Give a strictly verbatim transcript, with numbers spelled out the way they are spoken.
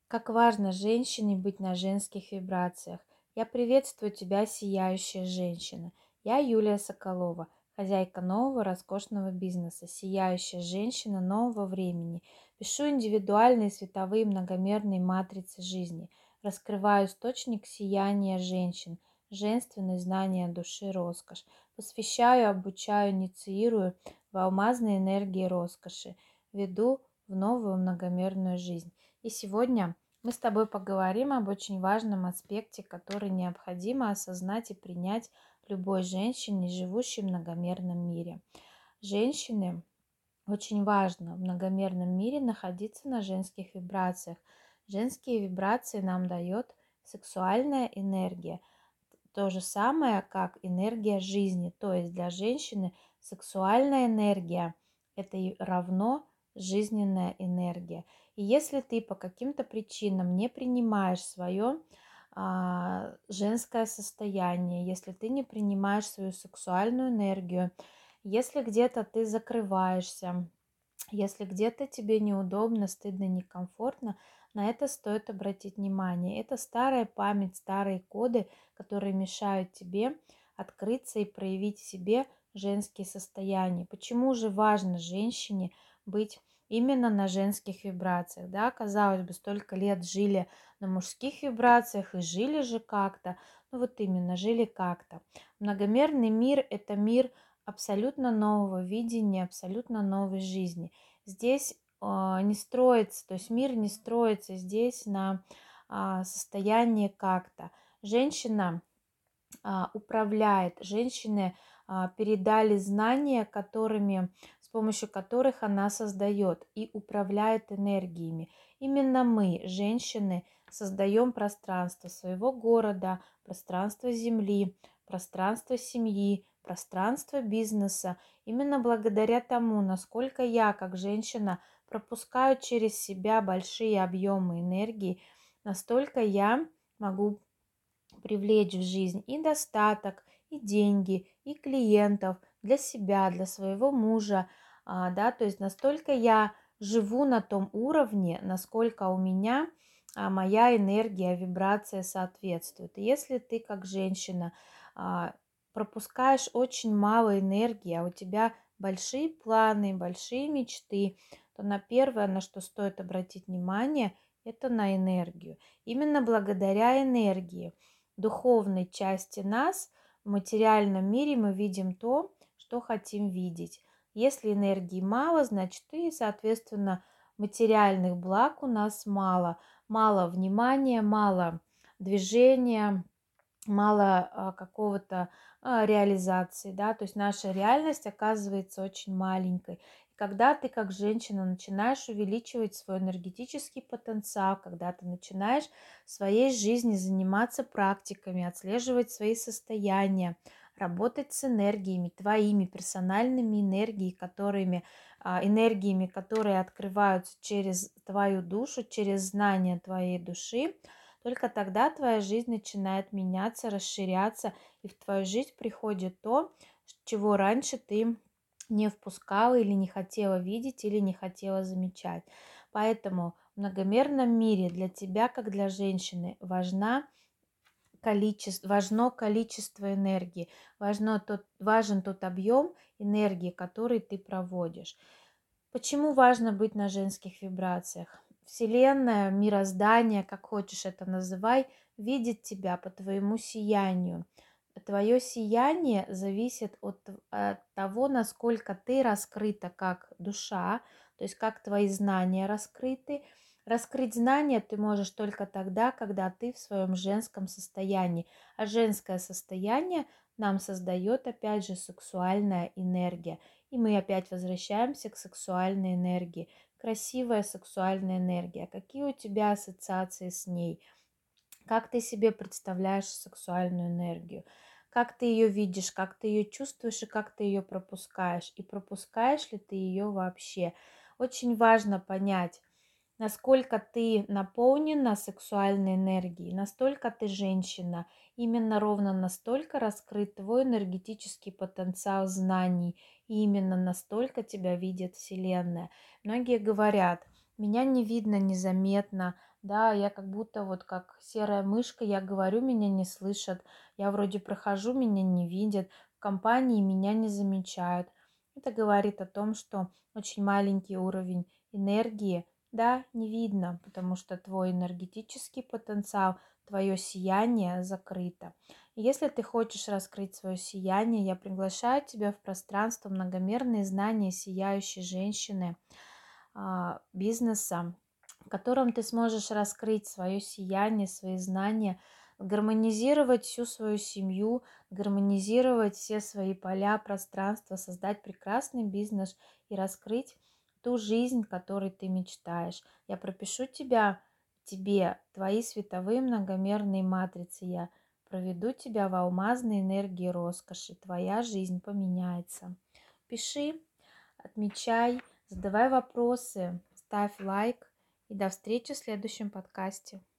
Как важно женщине быть на женских вибрациях. Я приветствую тебя, сияющая женщина. Я Юлия Соколова, хозяйка нового роскошного бизнеса, сияющая женщина нового времени. Пишу индивидуальные световые многомерные матрицы жизни. Раскрываю источник сияния женщин, женственное знание души, роскошь. Посвящаю, обучаю, инициирую в алмазной энергии роскоши. Веду в новую многомерную жизнь. И сегодня мы с тобой поговорим об очень важном аспекте, который необходимо осознать и принять любой женщине, живущей в многомерном мире. Женщины очень важно в многомерном мире находиться на женских вибрациях. Женские вибрации нам дает сексуальная энергия. То же самое, как энергия жизни. То есть для женщины сексуальная энергия– это и равно жизненная энергия. И если ты по каким-то причинам не принимаешь свое а, женское состояние, если ты не принимаешь свою сексуальную энергию, если где-то ты закрываешься, если где-то тебе неудобно, стыдно, некомфортно, на это стоит обратить внимание. Это старая память, старые коды, которые мешают тебе открыться и проявить в себе женские состояния. Почему же важно женщине быть именно на женских вибрациях? Да, казалось бы, столько лет жили на мужских вибрациях и жили же как-то. Ну вот именно, жили как-то. Многомерный мир– это мир абсолютно нового видения, абсолютно новой жизни. Здесь а, не строится, то есть мир не строится здесь на а, состоянии как-то. Женщина а, управляет, женщины а, передали знания, которыми, с помощью которых она создает и управляет энергиями. Именно мы, женщины, создаем пространство своего города, пространство Земли, пространство семьи, пространство бизнеса. Именно благодаря тому, насколько я, как женщина, пропускаю через себя большие объемы энергии, настолько я могу привлечь в жизнь и достаток, и деньги, и клиентов для себя, для своего мужа, а, да, то есть настолько я живу на том уровне, насколько у меня а, моя энергия, вибрация соответствует. И если ты как женщина а, пропускаешь очень мало энергии, а у тебя большие планы, большие мечты, то на первое, на что стоит обратить внимание, это на энергию. Именно благодаря энергии духовной части нас в материальном мире мы видим то, что хотим видеть. Если энергии мало, значит и, соответственно, материальных благ у нас мало. Мало внимания, мало движения, мало а, какого-то а, реализации, да, то есть наша реальность оказывается очень маленькой. И когда ты как женщина начинаешь увеличивать свой энергетический потенциал, когда ты начинаешь в своей жизни заниматься практиками, отслеживать свои состояния, работать с энергиями, твоими персональными энергиями, которыми, а, энергиями, которые открываются через твою душу, через знание твоей души, только тогда твоя жизнь начинает меняться, расширяться, и в твою жизнь приходит то, чего раньше ты не впускала или не хотела видеть, или не хотела замечать. Поэтому в многомерном мире для тебя, как для женщины, важна количество, важно количество энергии, важно тот, важен тот объем энергии, который ты проводишь. Почему важно быть на женских вибрациях? Вселенная, мироздание, как хочешь это называй, видит тебя по твоему сиянию. Твое сияние зависит от, от того, насколько ты раскрыта как душа, то есть как твои знания раскрыты. Раскрыть знания ты можешь только тогда, когда ты в своем женском состоянии. А женское состояние нам создает, опять же, сексуальная энергия. И мы опять возвращаемся к сексуальной энергии. Красивая сексуальная энергия. Какие у тебя ассоциации с ней? Как ты себе представляешь сексуальную энергию? Как ты ее видишь, как ты ее чувствуешь и как ты ее пропускаешь? И пропускаешь ли ты ее вообще? Очень важно понять, насколько ты наполнена сексуальной энергией, настолько ты женщина, именно ровно настолько раскрыт твой энергетический потенциал знаний, и именно настолько тебя видит Вселенная. Многие говорят, меня не видно незаметно, да, я как будто вот как серая мышка, я говорю, меня не слышат, я вроде прохожу, меня не видят, в компании меня не замечают. Это говорит о том, что очень маленький уровень энергии, да, не видно, потому что твой энергетический потенциал, твое сияние закрыто. И если ты хочешь раскрыть свое сияние, я приглашаю тебя в пространство многомерные знания сияющей женщины, а, бизнеса, в котором ты сможешь раскрыть свое сияние, свои знания, гармонизировать всю свою семью, гармонизировать все свои поля, пространства, создать прекрасный бизнес и раскрыть ту жизнь, которой ты мечтаешь. Я пропишу тебя, тебе твои световые многомерные матрицы. Я проведу тебя в алмазной энергии роскоши. Твоя жизнь поменяется. Пиши, отмечай, задавай вопросы, ставь лайк и до встречи в следующем подкасте.